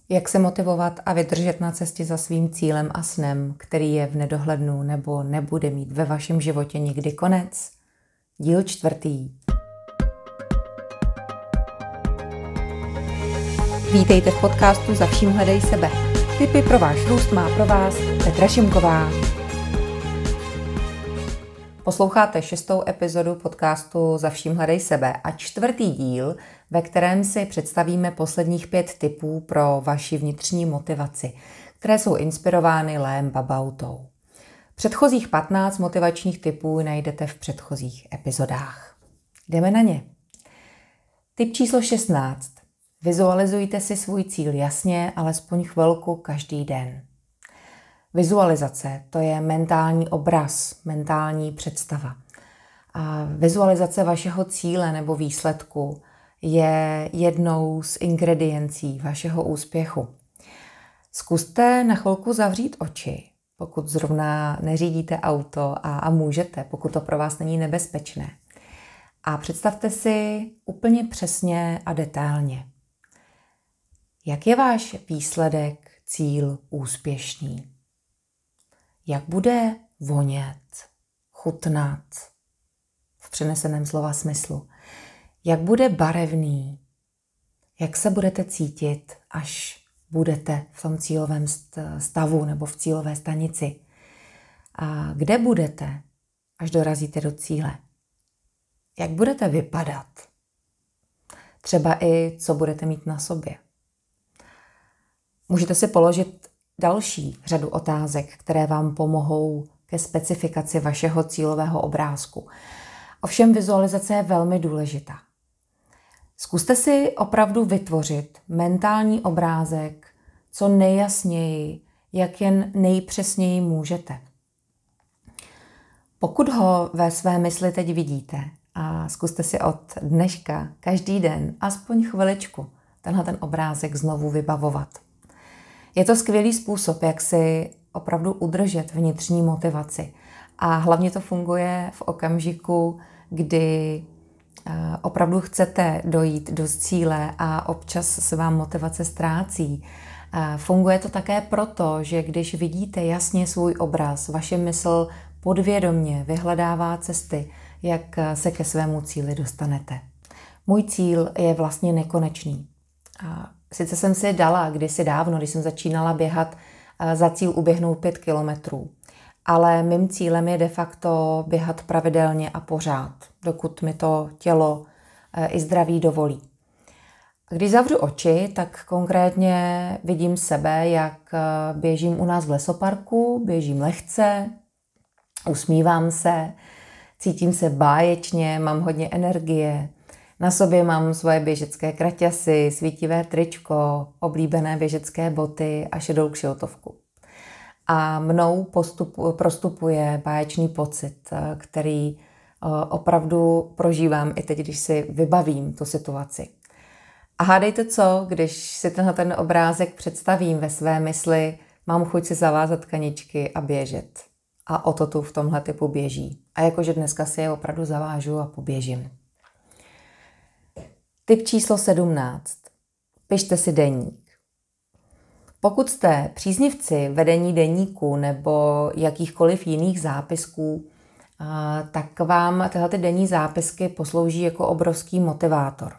Jak se motivovat a vydržet na cestě za svým cílem a snem, který je v nedohlednu nebo nebude mít ve vašem životě nikdy konec? Díl 4. Vítejte v podcastu Za vším hledej sebe. Tipy pro váš růst má pro vás Petra Šimková. Posloucháte 6. epizodu podcastu Za vším hledej sebe a 4. díl, ve kterém si představíme posledních 5 tipů pro vaši vnitřní motivaci, které jsou inspirovány Leem Babautou. Předchozích 15 motivačních tipů najdete v předchozích epizodách. Jdeme na ně. Tip číslo 16. Vizualizujte si svůj cíl jasně, alespoň chvilku každý den. Vizualizace, to je mentální obraz, mentální představa. A vizualizace vašeho cíle nebo výsledku je jednou z ingrediencí vašeho úspěchu. Zkuste na chvilku zavřít oči, pokud zrovna neřídíte auto a můžete, pokud to pro vás není nebezpečné. A představte si úplně přesně a detailně, jak je váš výsledek, cíl úspěšný. Jak bude vonět, chutnat, v přeneseném slova smyslu. Jak bude barevný, jak se budete cítit, až budete v tom cílovém stavu nebo v cílové stanici. A kde budete, až dorazíte do cíle. Jak budete vypadat. Třeba i, co budete mít na sobě. Můžete si položit další řadu otázek, které vám pomohou ke specifikaci vašeho cílového obrázku. Ovšem vizualizace je velmi důležitá. Zkuste si opravdu vytvořit mentální obrázek co nejjasněji, jak jen nejpřesněji můžete. Pokud ho ve své mysli teď vidíte a zkuste si od dneška každý den aspoň chviličku ten obrázek znovu vybavovat. Je to skvělý způsob, jak si opravdu udržet vnitřní motivaci. A hlavně to funguje v okamžiku, kdy opravdu chcete dojít do cíle a občas se vám motivace ztrácí. Funguje to také proto, že když vidíte jasně svůj obraz, vaše mysl podvědomě vyhledává cesty, jak se ke svému cíli dostanete. Můj cíl je vlastně nekonečný. Sice jsem si dala kdysi dávno, když jsem začínala běhat, za cíl uběhnout 5 kilometrů. Ale mým cílem je de facto běhat pravidelně a pořád, dokud mi to tělo i zdraví dovolí. Když zavřu oči, tak konkrétně vidím sebe, jak běžím u nás v lesoparku, běžím lehce, usmívám se, cítím se báječně, mám hodně energie. Na sobě mám svoje běžecké kraťasy, svítivé tričko, oblíbené běžecké boty a šedou kšiltovku. A mnou prostupuje báječný pocit, který opravdu prožívám i teď, když si vybavím tu situaci. A hádejte co, když si ten obrázek představím ve své mysli, mám chuť si zavázat kaničky a běžet. A o to tu v tomhle typu běží. A jakože dneska si je opravdu zavážu a poběžím. Tip číslo 17. Pište si deník. Pokud jste příznivci vedení deníku nebo jakýchkoliv jiných zápisků, tak vám tyhle denní zápisky poslouží jako obrovský motivátor.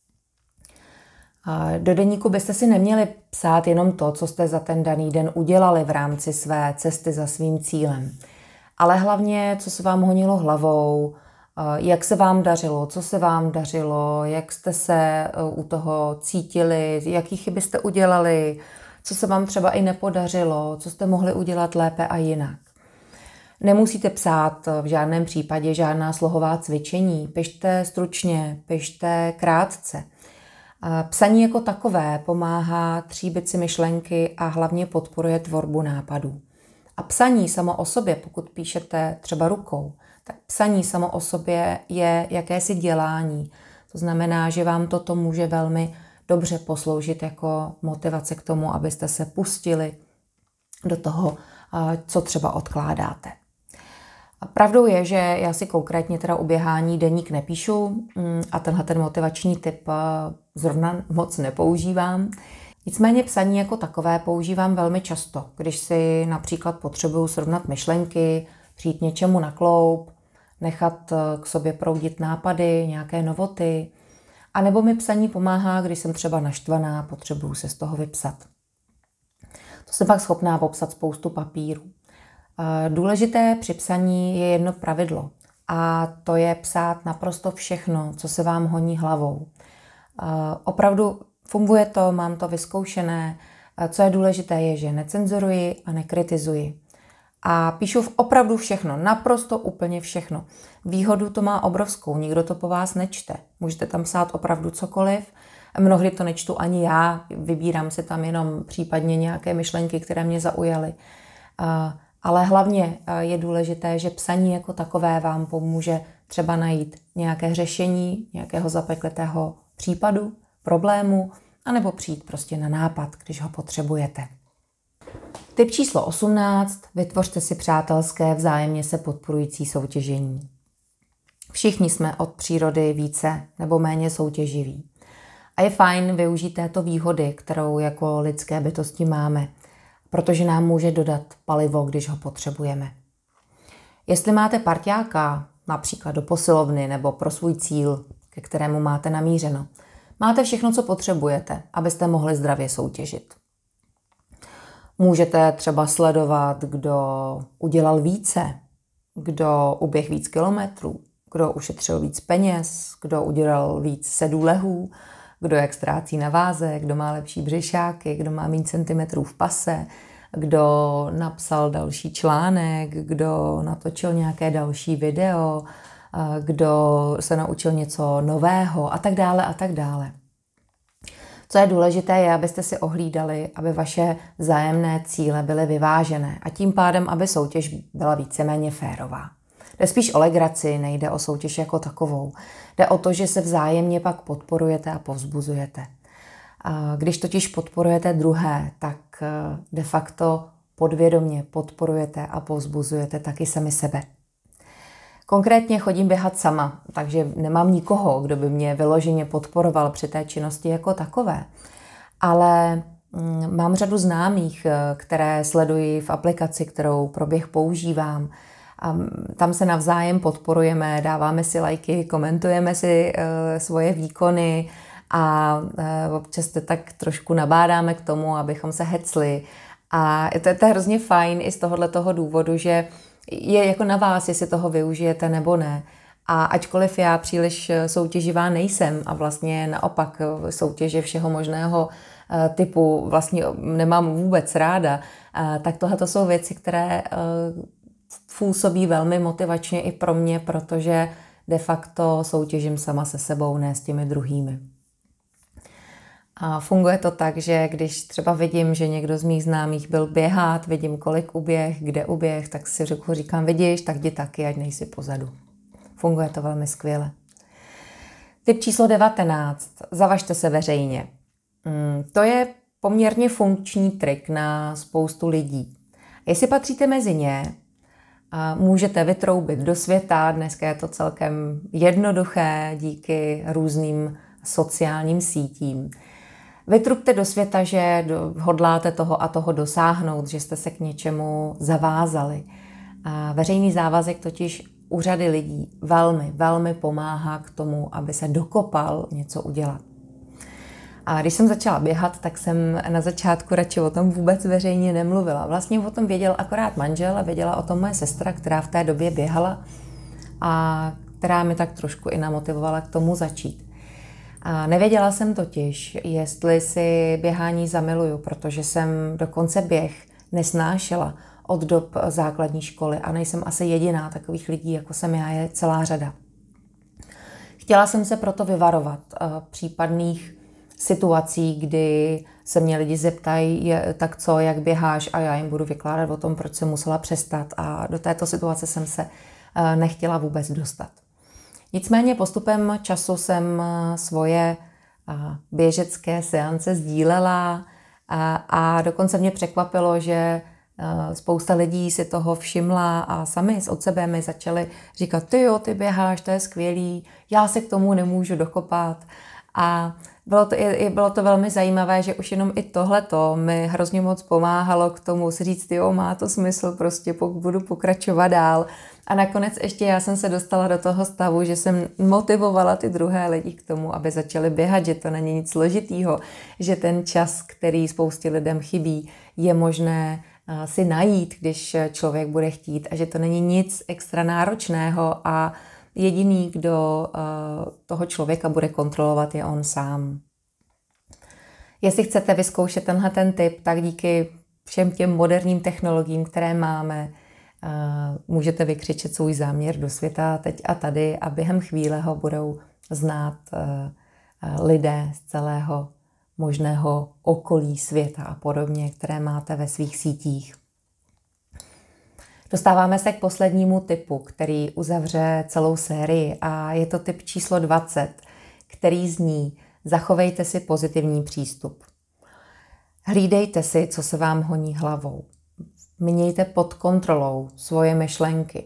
Do deníku byste si neměli psát jenom to, co jste za ten daný den udělali v rámci své cesty za svým cílem, ale hlavně, co se vám honilo hlavou, jak se vám dařilo, co se vám dařilo, jak jste se u toho cítili, jaký chyby jste udělali, co se vám třeba i nepodařilo, co jste mohli udělat lépe a jinak. Nemusíte psát v žádném případě žádná slohová cvičení, pište stručně, pište krátce. Psaní jako takové pomáhá tříbit si myšlenky a hlavně podporuje tvorbu nápadů. A psaní samo o sobě, pokud píšete třeba rukou, tak psaní samo o sobě je jakési dělání. To znamená, že vám toto může velmi dobře posloužit jako motivace k tomu, abyste se pustili do toho, co třeba odkládáte. A pravdou je, že já si konkrétně teda u běhání deník nepíšu a tenhle motivační tip zrovna moc nepoužívám. Nicméně psaní jako takové používám velmi často, když si například potřebuju srovnat myšlenky, přijít něčemu na kloub, nechat k sobě proudit nápady, nějaké novoty, a nebo mi psaní pomáhá, když jsem třeba naštvaná, potřebuju se z toho vypsat. To jsem pak schopná popsat spoustu papírů. Důležité při psaní je jedno pravidlo, a to je psát naprosto všechno, co se vám honí hlavou. Opravdu funguje to, mám to vyzkoušené. Co je důležité je, že necenzuruji a nekritizuji. A píšu opravdu všechno, naprosto úplně všechno. Výhodu to má obrovskou, nikdo to po vás nečte. Můžete tam psát opravdu cokoliv. Mnohdy to nečtu ani já, vybírám si tam jenom případně nějaké myšlenky, které mě zaujaly. Ale hlavně je důležité, že psaní jako takové vám pomůže třeba najít nějaké řešení nějakého zapekletého případu, problému, anebo přijít prostě na nápad, když ho potřebujete. Tip číslo 18. Vytvořte si přátelské, vzájemně se podporující soutěžení. Všichni jsme od přírody více nebo méně soutěživí. A je fajn využít této výhody, kterou jako lidské bytosti máme, protože nám může dodat palivo, když ho potřebujeme. Jestli máte parťáka, například do posilovny nebo pro svůj cíl, ke kterému máte namířeno, máte všechno, co potřebujete, abyste mohli zdravě soutěžit. Můžete třeba sledovat, kdo udělal více, kdo uběh víc kilometrů, kdo ušetřil víc peněz, kdo udělal víc sedů lehů, kdo jak ztrácí na váze, kdo má lepší břišáky, kdo má méně centimetrů v pase, kdo napsal další článek, kdo natočil nějaké další video, kdo se naučil něco nového a tak dále a tak dále. Co je důležité, je, abyste si ohlídali, aby vaše vzájemné cíle byly vyvážené a tím pádem, aby soutěž byla víceméně férová. Jde spíš o legraci, nejde o soutěž jako takovou. Jde o to, že se vzájemně pak podporujete a povzbuzujete. Když totiž podporujete druhé, tak de facto podvědomě podporujete a povzbuzujete taky sami sebe. Konkrétně chodím běhat sama, takže nemám nikoho, kdo by mě vyloženě podporoval při té činnosti jako takové. Ale mám řadu známých, které sleduji v aplikaci, kterou pro běh používám. A tam se navzájem podporujeme, dáváme si lajky, komentujeme si svoje výkony a občas to tak trošku nabádáme k tomu, abychom se hecli. A to je hrozně fajn i z tohoto důvodu, že je jako na vás, jestli toho využijete nebo ne. A ačkoliv já příliš soutěživá nejsem a vlastně naopak soutěže všeho možného typu vlastně nemám vůbec ráda, tak tohle jsou věci, které působí velmi motivačně i pro mě, protože de facto soutěžím sama se sebou, ne s těmi druhými. A funguje to tak, že když třeba vidím, že někdo z mých známých byl běhat, vidím, kolik uběh, kde uběh, tak si říkám, vidíš, tak jdi taky, ať nejsi pozadu. Funguje to velmi skvěle. Tip číslo 19. Zavažte se veřejně. To je poměrně funkční trik na spoustu lidí. Jestli patříte mezi ně, můžete vytroubit do světa, dneska je to celkem jednoduché díky různým sociálním sítím. Vytrubte do světa, že hodláte toho a toho dosáhnout, že jste se k něčemu zavázali. A veřejný závazek totiž u řady lidí velmi, velmi pomáhá k tomu, aby se dokopal něco udělat. A když jsem začala běhat, tak jsem na začátku radši o tom vůbec veřejně nemluvila. Vlastně o tom věděl akorát manžel a věděla o tom moje sestra, která v té době běhala a která mi tak trošku i namotivovala k tomu začít. A nevěděla jsem totiž, jestli si běhání zamiluju, protože jsem dokonce běh nesnášela od dob základní školy a nejsem asi jediná, takových lidí, jako jsem já, je celá řada. Chtěla jsem se proto vyvarovat případných situací, kdy se mě lidi zeptají, tak co, jak běháš, a já jim budu vykládat o tom, proč jsem musela přestat, a do této situace jsem se nechtěla vůbec dostat. Nicméně postupem času jsem svoje běžecké seance sdílela a dokonce mě překvapilo, že spousta lidí si toho všimla a sami od sebe mi začali říkat, ty běháš, to je skvělý, já se k tomu nemůžu dokopat. A bylo to velmi zajímavé, že už jenom i tohleto mi hrozně moc pomáhalo k tomu si říct, jo, má to smysl, prostě budu pokračovat dál. A nakonec ještě já jsem se dostala do toho stavu, že jsem motivovala ty druhé lidi k tomu, aby začali běhat, že to není nic složitýho, že ten čas, který spoustě lidem chybí, je možné si najít, když člověk bude chtít a že to není nic extra náročného a jediný, kdo toho člověka bude kontrolovat, je on sám. Jestli chcete vyzkoušet ten tip, tak díky všem těm moderním technologiím, které máme, můžete vykřičet svůj záměr do světa teď a tady a během chvíle ho budou znát lidé z celého možného okolí světa a podobně, které máte ve svých sítích. Dostáváme se k poslednímu tipu, který uzavře celou sérii a je to tip číslo 20, který zní: zachovejte si pozitivní přístup. Hlídejte si, co se vám honí hlavou. Mějte pod kontrolou svoje myšlenky.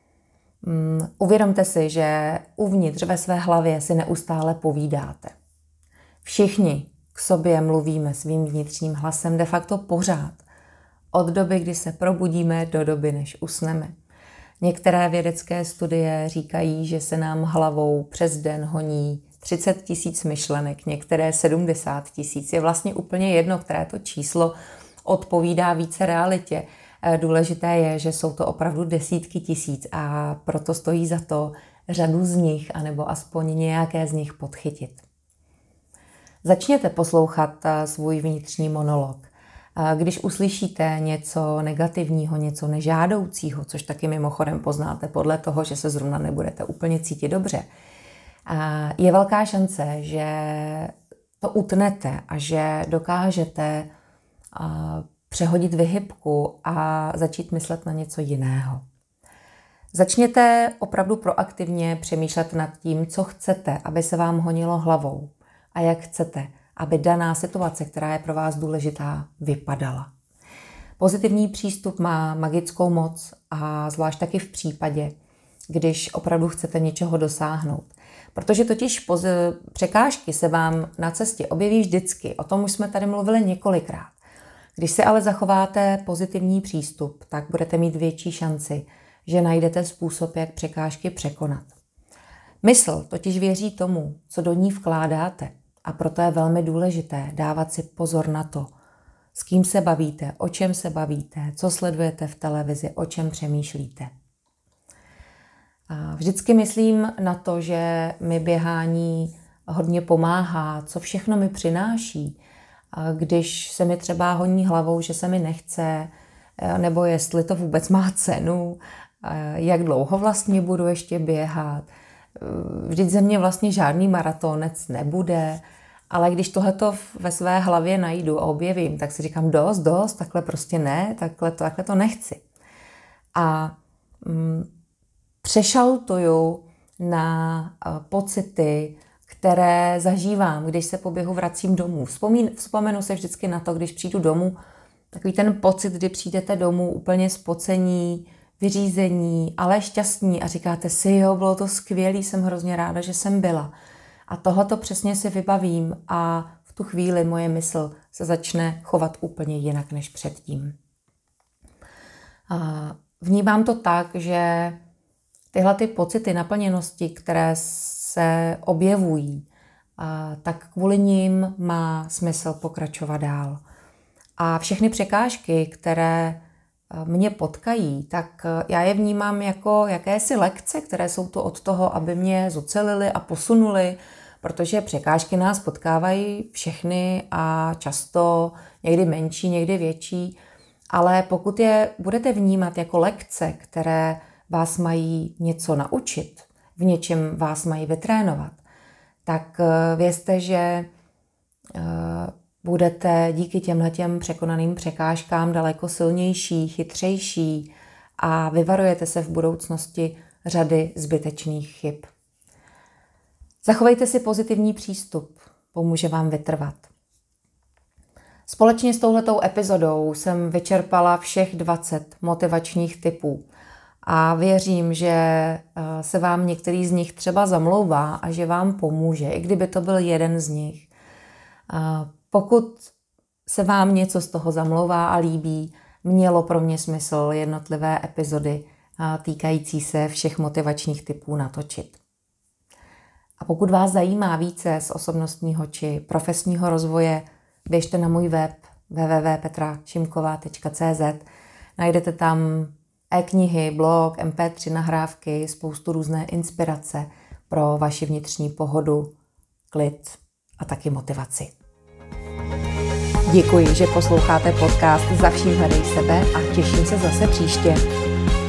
Uvědomte si, že uvnitř ve své hlavě si neustále povídáte. Všichni k sobě mluvíme svým vnitřním hlasem de facto pořád. Od doby, kdy se probudíme, do doby, než usneme. Některé vědecké studie říkají, že se nám hlavou přes den honí 30 000 myšlenek, některé 70 000. Je vlastně úplně jedno, které to číslo odpovídá více realitě. Důležité je, že jsou to opravdu desítky tisíc a proto stojí za to řadu z nich, anebo aspoň nějaké z nich podchytit. Začněte poslouchat svůj vnitřní monolog. Když uslyšíte něco negativního, něco nežádoucího, což taky mimochodem poznáte podle toho, že se zrovna nebudete úplně cítit dobře, je velká šance, že to utnete a že dokážete přehodit vyhybku a začít myslet na něco jiného. Začněte opravdu proaktivně přemýšlet nad tím, co chcete, aby se vám honilo hlavou a jak chcete, aby daná situace, která je pro vás důležitá, vypadala. Pozitivní přístup má magickou moc a zvlášť taky v případě, když opravdu chcete něčeho dosáhnout. Protože totiž překážky se vám na cestě objeví vždycky. O tom už jsme tady mluvili několikrát. Když si ale zachováte pozitivní přístup, tak budete mít větší šanci, že najdete způsob, jak překážky překonat. Mysl totiž věří tomu, co do ní vkládáte. A proto je velmi důležité dávat si pozor na to, s kým se bavíte, o čem se bavíte, co sledujete v televizi, o čem přemýšlíte. A vždycky myslím na to, že mi běhání hodně pomáhá, co všechno mi přináší, když se mi třeba honí hlavou, že se mi nechce, nebo jestli to vůbec má cenu, jak dlouho vlastně budu ještě běhat. Vždyť ze mě vlastně žádný maratonec nebude, ale když tohleto ve své hlavě najdu a objevím, tak si říkám dost, takhle prostě ne, takhle to nechci. A přešaltuju na pocity, které zažívám, když se po běhu vracím domů. Vzpomenu se vždycky na to, když přijdu domů, takový ten pocit, kdy přijdete domů úplně spocení, vyřízení, ale šťastní a říkáte si, jo, bylo to skvělý, jsem hrozně ráda, že jsem byla. A tohoto přesně si vybavím a v tu chvíli moje mysl se začne chovat úplně jinak než předtím. A vnímám to tak, že tyhle ty pocity naplněnosti, které se objevují, tak kvůli nim má smysl pokračovat dál. A všechny překážky, které mě potkají, tak já je vnímám jako jakési lekce, které jsou tu od toho, aby mě zocelily a posunuly, protože překážky nás potkávají všechny a často někdy menší, někdy větší, ale pokud je budete vnímat jako lekce, které vás mají něco naučit, v něčem vás mají vytrénovat, tak vězte, že budete díky těmhletěm překonaným překážkám daleko silnější, chytřejší a vyvarujete se v budoucnosti řady zbytečných chyb. Zachovejte si pozitivní přístup, pomůže vám vytrvat. Společně s touhletou epizodou jsem vyčerpala všech 20 motivačních tipů A věřím, že se vám některý z nich třeba zamlouvá a že vám pomůže, i kdyby to byl jeden z nich. Pokud se vám něco z toho zamlouvá a líbí, mělo pro mě smysl jednotlivé epizody týkající se všech motivačních typů natočit. A pokud vás zajímá více z osobnostního či profesního rozvoje, běžte na můj web www.petrašimková.cz. Najdete tam e-knihy, blog, mp3 nahrávky, spoustu různé inspirace pro vaši vnitřní pohodu, klid a taky motivaci. Děkuji, že posloucháte podcast Za vším hledej sebe a těším se zase příště.